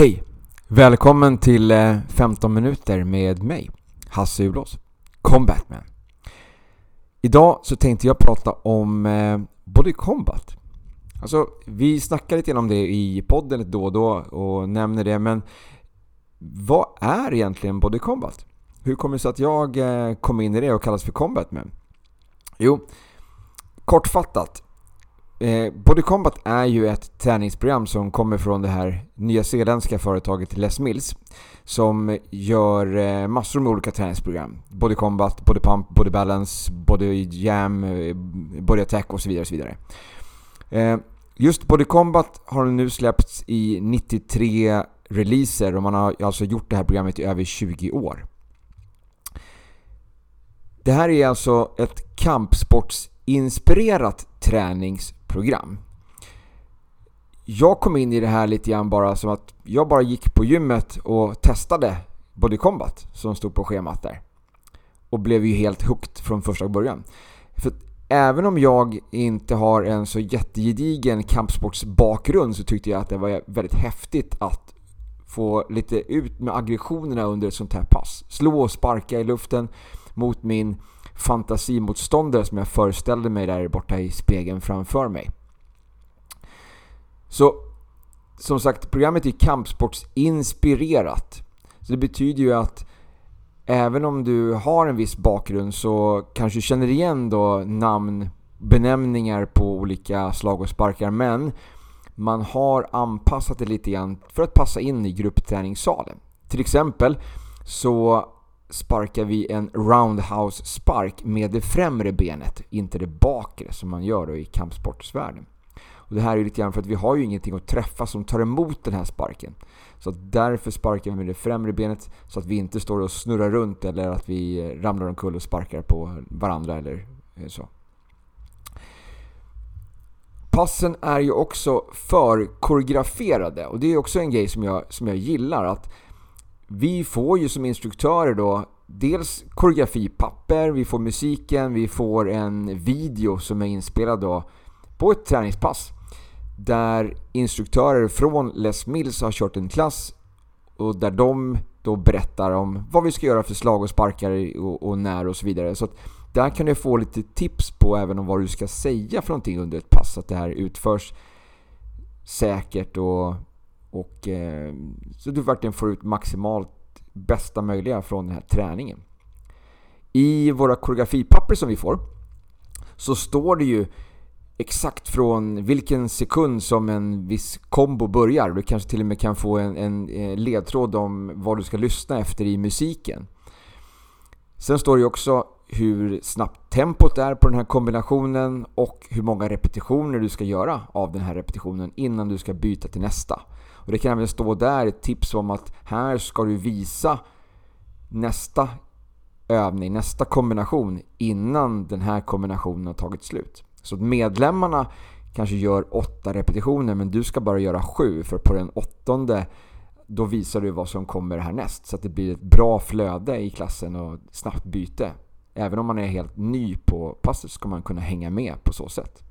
Hej! Välkommen till 15 minuter med mig, Hasse Uhlås, Combatman. Idag så tänkte jag prata om Body Combat. Alltså, vi snackar lite om det i podden då och då och nämner det, men vad är egentligen Body Combat? Hur kommer det sig att jag kom in i det och kallas för Combatman? Jo, kortfattat. Body Combat är ju ett träningsprogram som kommer från det här nyzeeländska företaget Les Mills, som gör massor med olika träningsprogram. Body Combat, Body Pump, Body Balance, Body Jam, Body Attack och så vidare. Och så vidare. Just Body Combat har nu släppts i 93 releaser och man har alltså gjort det här programmet i över 20 år. Det här är alltså ett kampsportsinspirerat träningsprogram. Jag kom in i det här lite grann bara som att jag bara gick på gymmet och testade Body Combat som stod på schemat där. Och blev ju helt hooked från första början. För även om jag inte har en så jättegedigen kampsportsbakgrund så tyckte jag att det var väldigt häftigt att få lite ut med aggressionerna under ett sånt här pass. Slå och sparka i luften mot min fantasimotståndare som jag föreställde mig där borta i spegeln framför mig. Så som sagt, programmet är kampsportsinspirerat. Så det betyder ju att även om du har en viss bakgrund så kanske du känner igen då namn, benämningar på olika slag och sparkar, men man har anpassat det lite grann för att passa in i gruppträningssalen. Till exempel så sparkar vi en roundhouse spark med det främre benet, inte det bakre som man gör då i kampsportsvärlden. Och det här är lite grann för att vi har ju ingenting att träffa som tar emot den här sparken. Så att därför sparkar vi med det främre benet så att vi inte står och snurrar runt eller att vi ramlar omkull och sparkar på varandra eller så. Passen är ju också för koreograferade och det är också en grej som jag gillar, att vi får ju som instruktörer då dels koreografipapper, vi får musiken, vi får en video som är inspelad då på ett träningspass där instruktörer från Les Mills har kört en klass och där de då berättar om vad vi ska göra för slag och sparkar och när och så vidare. Så att där kan du få lite tips på även om vad du ska säga för någonting under ett pass, att det här utförs säkert och så du verkligen får ut maximalt bästa möjliga från den här träningen. I våra koreografipapper som vi får så står det ju exakt från vilken sekund som en viss kombo börjar. Du kanske till och med kan få en ledtråd om vad du ska lyssna efter i musiken. Sen står det ju också hur snabbt tempot är på den här kombinationen och hur många repetitioner du ska göra av den här repetitionen innan du ska byta till nästa. Och det kan även stå där ett tips om att här ska du visa nästa övning, nästa kombination innan den här kombinationen har tagit slut. Så att medlemmarna kanske gör 8 repetitioner men du ska bara göra 7, för på den 8:e då visar du vad som kommer härnäst, så att det blir ett bra flöde i klassen och snabbt byte. Även om man är helt ny på passet ska man kunna hänga med på så sätt.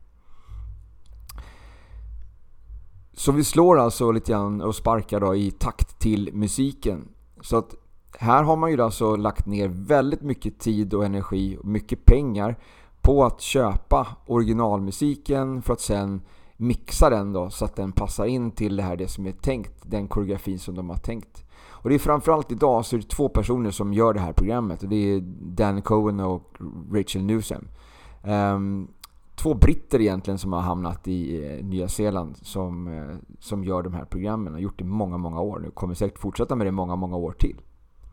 Så vi slår alltså lite grann och sparkar då i takt till musiken. Så att här har man ju alltså lagt ner väldigt mycket tid och energi och mycket pengar på att köpa originalmusiken för att sen mixa den då så att den passar in till det som är tänkt, den koreografin som de har tänkt. Och det är framförallt idag så är det 2 personer som gör det här programmet och det är Dan Cohen och Rachel Newsom. 2 britter egentligen som har hamnat i Nya Zeeland som gör de här programmen och har gjort det många år nu. Kommer säkert fortsätta med det många år till.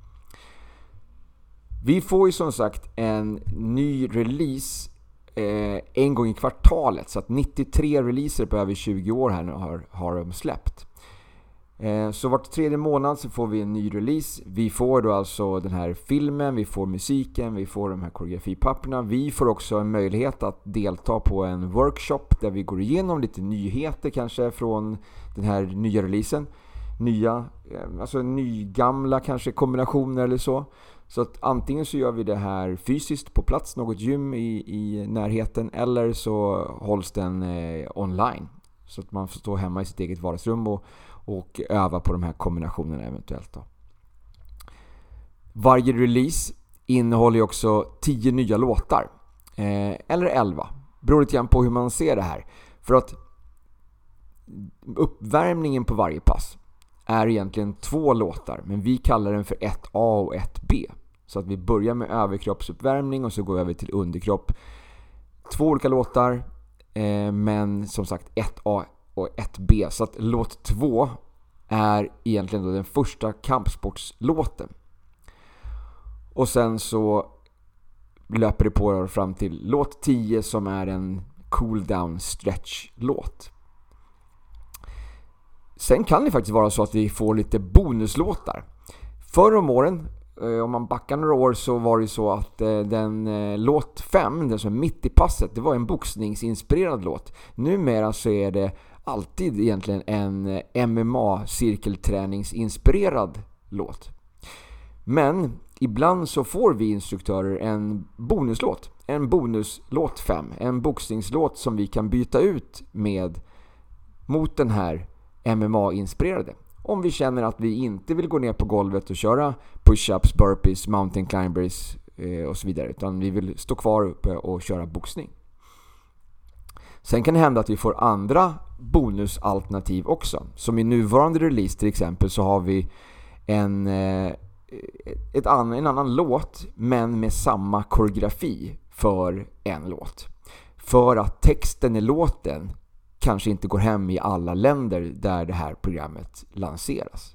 Vi får ju som sagt en ny release en gång i kvartalet, så att 93 releaser på över 20 år här nu har de släppt. Så vart 3:e månad så får vi en ny release. Vi får då alltså den här filmen, vi får musiken, vi får de här koreografipapperna. Vi får också en möjlighet att delta på en workshop där vi går igenom lite nyheter kanske från den här nya releasen. Nygamla kanske kombinationer eller så. Så att antingen så gör vi det här fysiskt på plats, något gym i närheten, eller så hålls den online. Så att man får stå hemma i sitt eget vardagsrum och öva på de här kombinationerna eventuellt då. Varje release innehåller ju också 10 nya låtar. Eller 11. Beror lite grann på hur man ser det här. För att uppvärmningen på varje pass är egentligen 2 låtar. Men vi kallar den för 1A och 1B. Så att vi börjar med överkroppsuppvärmning och så går vi över till underkropp. 2 olika låtar. Men som sagt 1A och 1B. Så att låt 2 är egentligen då den första kampsportslåten. Och sen så löper det på fram till låt 10 som är en cool down stretch låt. Sen kan det faktiskt vara så att vi får lite bonuslåtar. Förr om åren, om man backar några år, så var det så att den låt 5, den som är mitt i passet, det var en boxningsinspirerad låt. Numera så är det alltid egentligen en MMA-cirkelträningsinspirerad låt. Men ibland så får vi instruktörer en bonuslåt. En bonuslåt 5. En boxningslåt som vi kan byta ut mot den här MMA-inspirerade. Om vi känner att vi inte vill gå ner på golvet och köra push-ups, burpees, mountain climbers och så vidare. Utan vi vill stå kvar uppe och köra boxning. Sen kan det hända att vi får andra bonusalternativ också. Som i nuvarande release till exempel så har vi en annan låt men med samma koreografi för en låt. För att texten i låten kanske inte går hem i alla länder där det här programmet lanseras.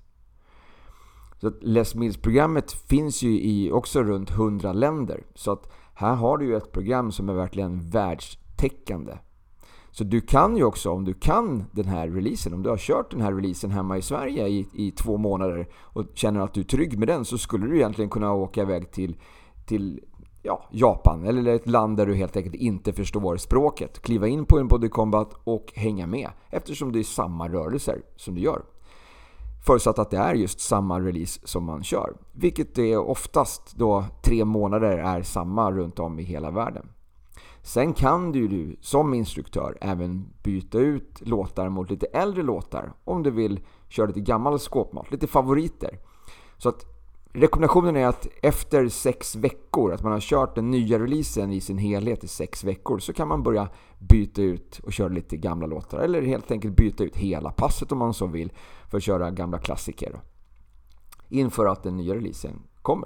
Så att Les Mills-programmet finns ju också runt 100 länder. Så att här har du ju ett program som är verkligen världstäckande. Så du kan ju också, om du kan den här releasen, om du har kört den här releasen hemma i Sverige i 2 månader och känner att du är trygg med den, så skulle du egentligen kunna åka iväg till Japan eller ett land där du helt enkelt inte förstår språket. Kliva in på en Body Combat och hänga med, eftersom det är samma rörelser som du gör. Förutsatt att det är just samma release som man kör. Vilket är oftast då 3 månader är samma runt om i hela världen. Sen kan du som instruktör även byta ut låtar mot lite äldre låtar om du vill köra lite gammal skåpmat, lite favoriter. Så att rekommendationen är att efter 6 veckor, att man har kört den nya releasen i sin helhet i 6 veckor, så kan man börja byta ut och köra lite gamla låtar. Eller helt enkelt byta ut hela passet om man så vill för att köra gamla klassiker inför att den nya releasen kommer.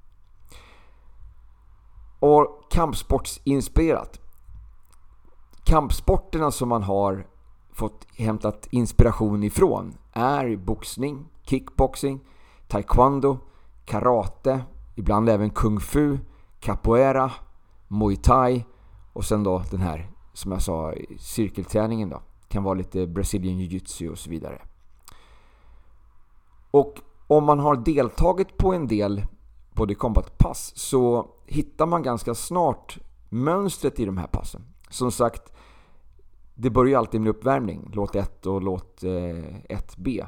Och kampsportsinspirerat. Kampsporterna som man har fått hämtat inspiration ifrån är boxning, kickboxing, taekwondo, karate, ibland även kung fu, capoeira, muay thai och sen då den här, som jag sa, cirkelträningen då. Kan vara lite Brazilian jiu-jitsu och så vidare. Och om man har deltagit på en del Body Combat-pass så hittar man ganska snart mönstret i de här passen. Som sagt, det börjar alltid med uppvärmning. Låt 1 och låt 1B.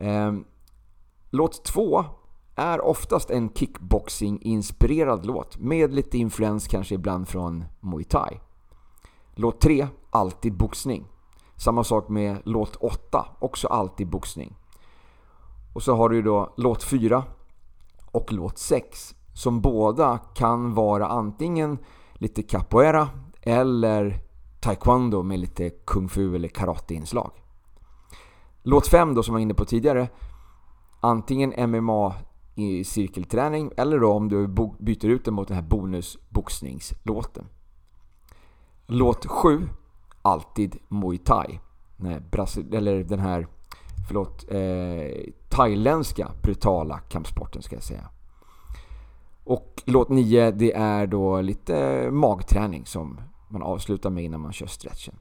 Låt 2 är oftast en kickboxing-inspirerad låt. Med lite influens kanske ibland från Muay Thai. Låt 3, alltid boxning. Samma sak med låt 8, också alltid boxning. Och så har du då låt 4 och låt 6 som båda kan vara antingen lite capoeira eller taekwondo med lite kung fu eller karate-inslag. Låt 5 då, som jag var inne på tidigare, antingen MMA i cirkelträning eller då om du byter ut den mot den här bonusboxningslåten. Låt 7, alltid Muay Thai. Eller den här thailändska brutala kampsporten ska jag säga. Och låt 9, det är då lite magträning som man avslutar med innan man kör stretchen.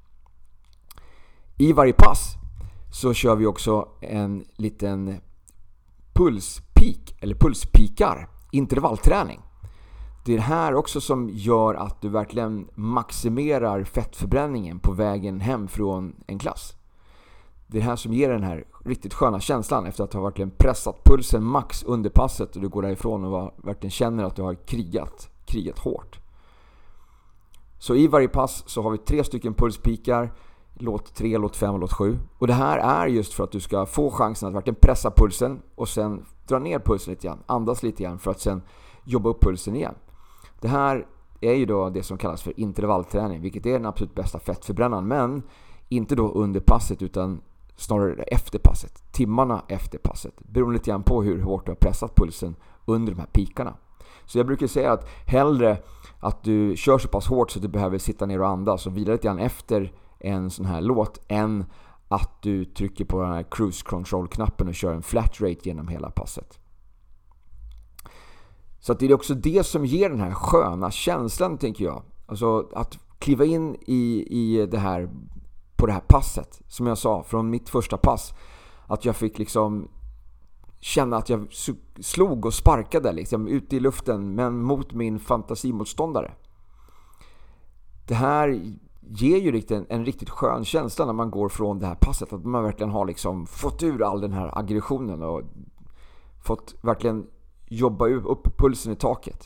I varje pass så kör vi också en liten pulspik eller pulspikar, intervallträning. Det är det här också som gör att du verkligen maximerar fettförbränningen på vägen hem från en klass. Det är det här som ger den här riktigt sköna känslan efter att ha verkligen pressat pulsen max under passet och du går därifrån och verkligen känner att du har krigat hårt. Så i varje pass så har vi 3 stycken pulspikar. låt 3, låt 5 och låt 7. Och det här är just för att du ska få chansen att verkligen pressa pulsen och sen dra ner pulsen lite grann, andas lite grann för att sen jobba upp pulsen igen. Det här är ju då det som kallas för intervallträning, vilket är den absolut bästa fettförbrännan, men inte då under passet utan snarare efter passet, timmarna efter passet, beroende lite grann på hur hårt du har pressat pulsen under de här pikarna. Så jag brukar säga att hellre att du kör så pass hårt så att du behöver sitta ner och andas och vila lite grann efter en sån här låt än att du trycker på den här cruise control-knappen och kör en flat rate genom hela passet. Så att det är också det som ger den här sköna känslan, tänker jag. Alltså att kliva in i det här på det här passet, som jag sa från mitt första pass, att jag fick liksom känna att jag slog och sparkade liksom ute i luften, men mot min fantasimotståndare. Det här ger ju en riktigt skön känsla när man går från det här passet, att man verkligen har liksom fått ur all den här aggressionen och fått verkligen jobba upp pulsen i taket.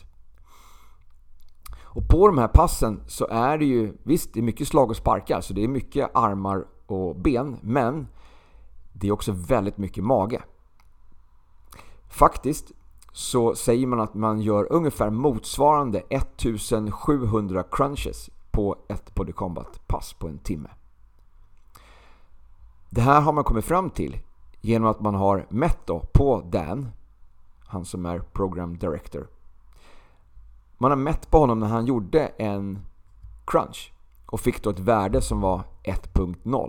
Och på de här passen så är det ju, visst det är mycket slag och sparkar, så det är mycket armar och ben, men det är också väldigt mycket mage. Faktiskt så säger man att man gör ungefär motsvarande 1700 crunches på ett Body Combat-pass på en timme. Det här har man kommit fram till genom att man har mätt då på Dan, han som är program director. Man har mätt på honom när han gjorde en crunch och fick då ett värde som var 1.0.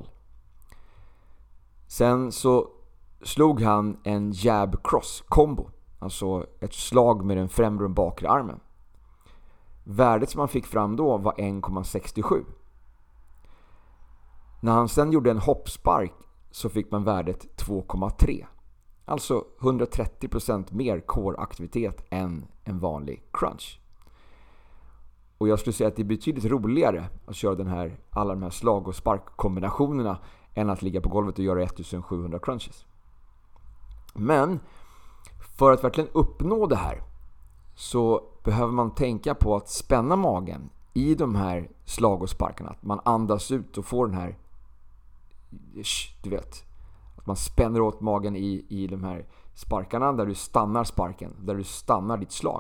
Sen så slog han en jab cross combo, alltså ett slag med den främre och bakre armen. Värdet som han fick fram då var 1,67. När han sen gjorde en hoppspark så fick man värdet 2,3. Alltså 130% mer core-aktivitet än en vanlig crunch. Och jag skulle säga att det är betydligt roligare att köra alla de här slag- och sparkkombinationerna än att ligga på golvet och göra 1700 crunches. Men för att verkligen uppnå det här så behöver man tänka på att spänna magen i de här slag- och sparkarna. Att man andas ut och får den här, du vet, att man spänner åt magen i de här sparkarna där du stannar sparken, där du stannar ditt slag.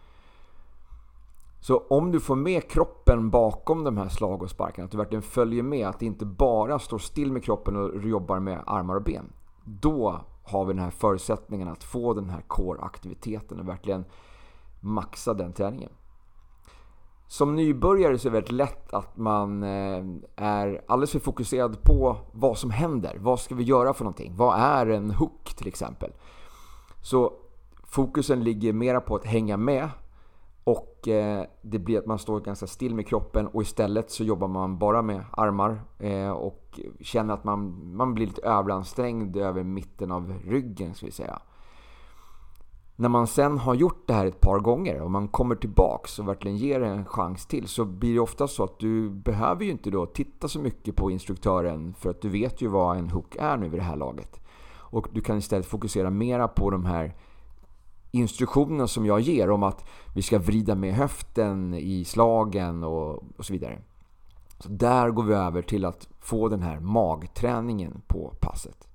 Så om du får med kroppen bakom de här slag- och sparkarna, att du verkligen följer med, att det inte bara står still med kroppen och jobbar med armar och ben, då har vi den här förutsättningen att få den här core-aktiviteten och verkligen maxa den träningen. Som nybörjare så är det väldigt lätt att man är alldeles för fokuserad på vad som händer. Vad ska vi göra för någonting? Vad är en hook till exempel? Så fokusen ligger mera på att hänga med, och det blir att man står ganska still med kroppen och istället så jobbar man bara med armar och känner att man blir lite överansträngd över mitten av ryggen, ska vi säga. När man sen har gjort det här ett par gånger och man kommer tillbaks och verkligen ger en chans till, så blir det ofta så att du behöver ju inte då titta så mycket på instruktören, för att du vet ju vad en hook är nu vid det här laget. Och du kan istället fokusera mera på de här instruktionerna som jag ger om att vi ska vrida med höften i slagen och så vidare. Så där går vi över till att få den här magträningen på passet.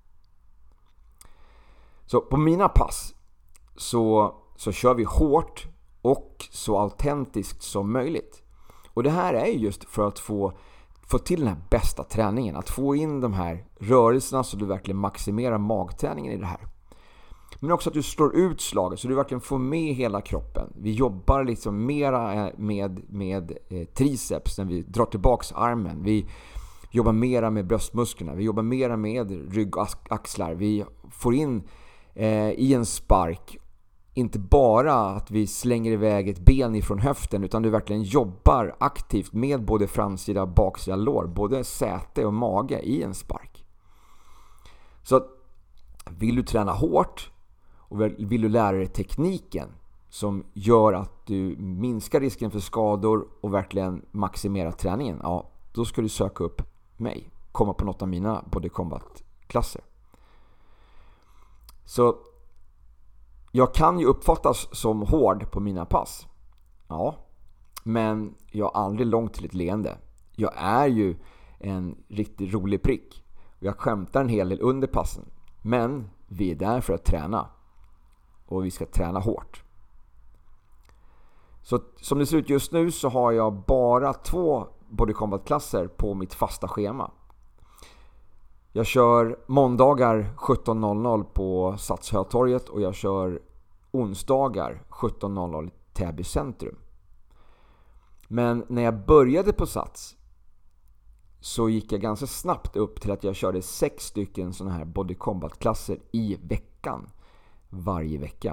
Så på mina pass så kör vi hårt och så autentiskt som möjligt. Och det här är just för att få till den här bästa träningen. Att få in de här rörelserna så du verkligen maximerar magträningen i det här. Men också att du slår ut slaget så du verkligen får med hela kroppen. Vi jobbar liksom mera med triceps när vi drar tillbaks armen. Vi jobbar mera med bröstmusklerna. Vi jobbar mera med rygg och axlar. Vi får in i en spark inte bara att vi slänger iväg ett ben ifrån höften, utan du verkligen jobbar aktivt med både framsida och baksida lår, både säte och mage i en spark. Så vill du träna hårt och vill du lära dig tekniken som gör att du minskar risken för skador och verkligen maximerar träningen, ja, då ska du söka upp mig. Komma på något av mina Body Combat-klasser. Så jag kan ju uppfattas som hård på mina pass. Ja, men jag är aldrig långt till ett leende. Jag är ju en riktigt rolig prick. Jag skämtar en hel del under passen. Men vi är där för att träna. Och vi ska träna hårt. Så som det ser ut just nu så har jag bara 2 Body Combat-klasser på mitt fasta schema. Jag kör måndagar 17.00 på Sats Hötorget och jag kör onsdagar 17.00 i Täby centrum. Men när jag började på Sats så gick jag ganska snabbt upp till att jag körde 6 stycken såna här Body Combat-klasser i veckan. Varje vecka.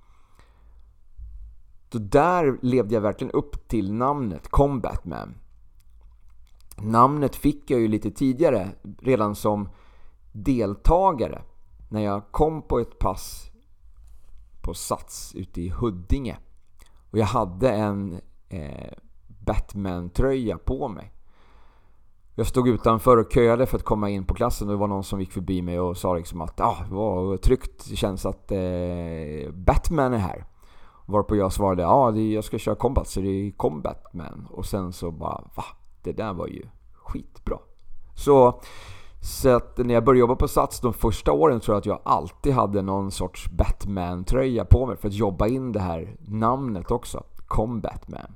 Så där levde jag verkligen upp till namnet Combat Man. Namnet fick jag ju lite tidigare, redan som deltagare. När jag kom på ett pass på Sats ute i Huddinge. Och jag hade en Batman-tröja på mig. Jag stod utanför och köade för att komma in på klassen. Och det var någon som gick förbi mig och sa liksom att det var tryggt. Det känns att Batman är här. Varpå jag svarade, jag ska köra combat så det är Combat Man. Och sen så bara, det där var ju skitbra. Så att när jag började jobba på Sats de första åren tror jag att jag alltid hade någon sorts Batman-tröja på mig för att jobba in det här namnet också. Combat Man.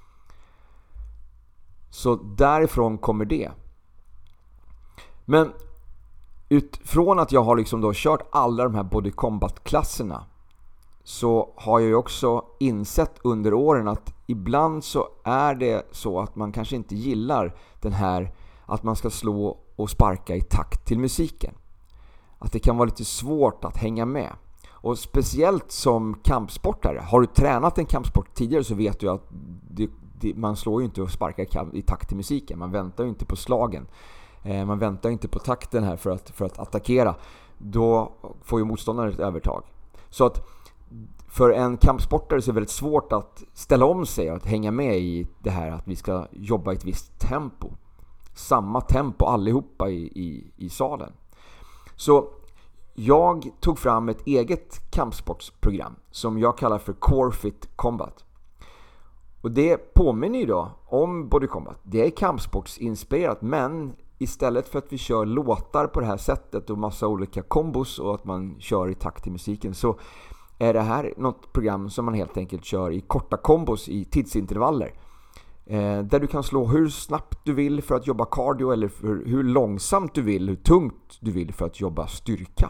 Så därifrån kommer det. Men utifrån att jag har liksom då kört alla de här Body Combat-klasserna så har jag ju också insett under åren att ibland så är det så att man kanske inte gillar den här att man ska slå och sparka i takt till musiken. Att det kan vara lite svårt att hänga med. Och speciellt som kampsportare. Har du tränat en kampsport tidigare så vet du att man slår ju inte och sparkar i takt till musiken. Man väntar ju inte på slagen. Man väntar inte på takten här för att attackera. Då får ju motståndaren ett övertag. Så att för en kampsportare så är det väldigt svårt att ställa om sig och att hänga med i det här att vi ska jobba i ett visst tempo. Samma tempo allihopa i salen. Så jag tog fram ett eget kampsportsprogram som jag kallar för Core Fit Combat. Och det påminner ju då om Body Combat. Det är kampsportsinspirerat, men istället för att vi kör låtar på det här sättet och massa olika kombos och att man kör i takt till musiken så är det här något program som man helt enkelt kör i korta kombos i tidsintervaller. Där du kan slå hur snabbt du vill för att jobba cardio eller hur långsamt du vill, hur tungt du vill för att jobba styrka.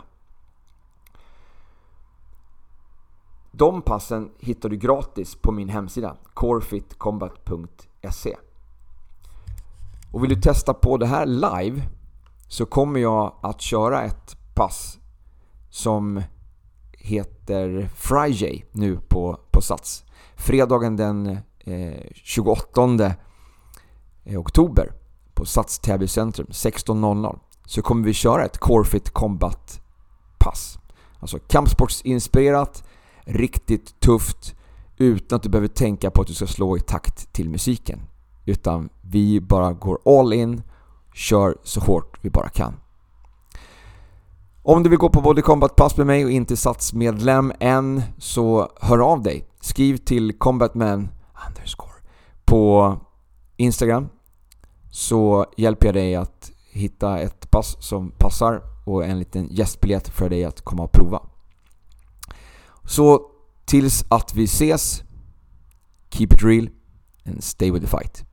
De passen hittar du gratis på min hemsida corefitcombat.se. Och vill du testa på det här live så kommer jag att köra ett pass som heter Friday nu på Sats. Fredagen den 28 oktober på Sats Täby centrum 16.00 så kommer vi köra ett Core Fit Combat pass. Alltså kampsportsinspirerat, riktigt tufft utan att du behöver tänka på att du ska slå i takt till musiken. Utan vi bara går all in, kör så hårt vi bara kan. Om du vill gå på Body Combat pass med mig och inte Sats-medlem än så hör av dig. Skriv till combatman_ på Instagram så hjälper jag dig att hitta ett pass som passar och en liten gästbiljett för dig att komma och prova. Så tills att vi ses, keep it real and stay with the fight.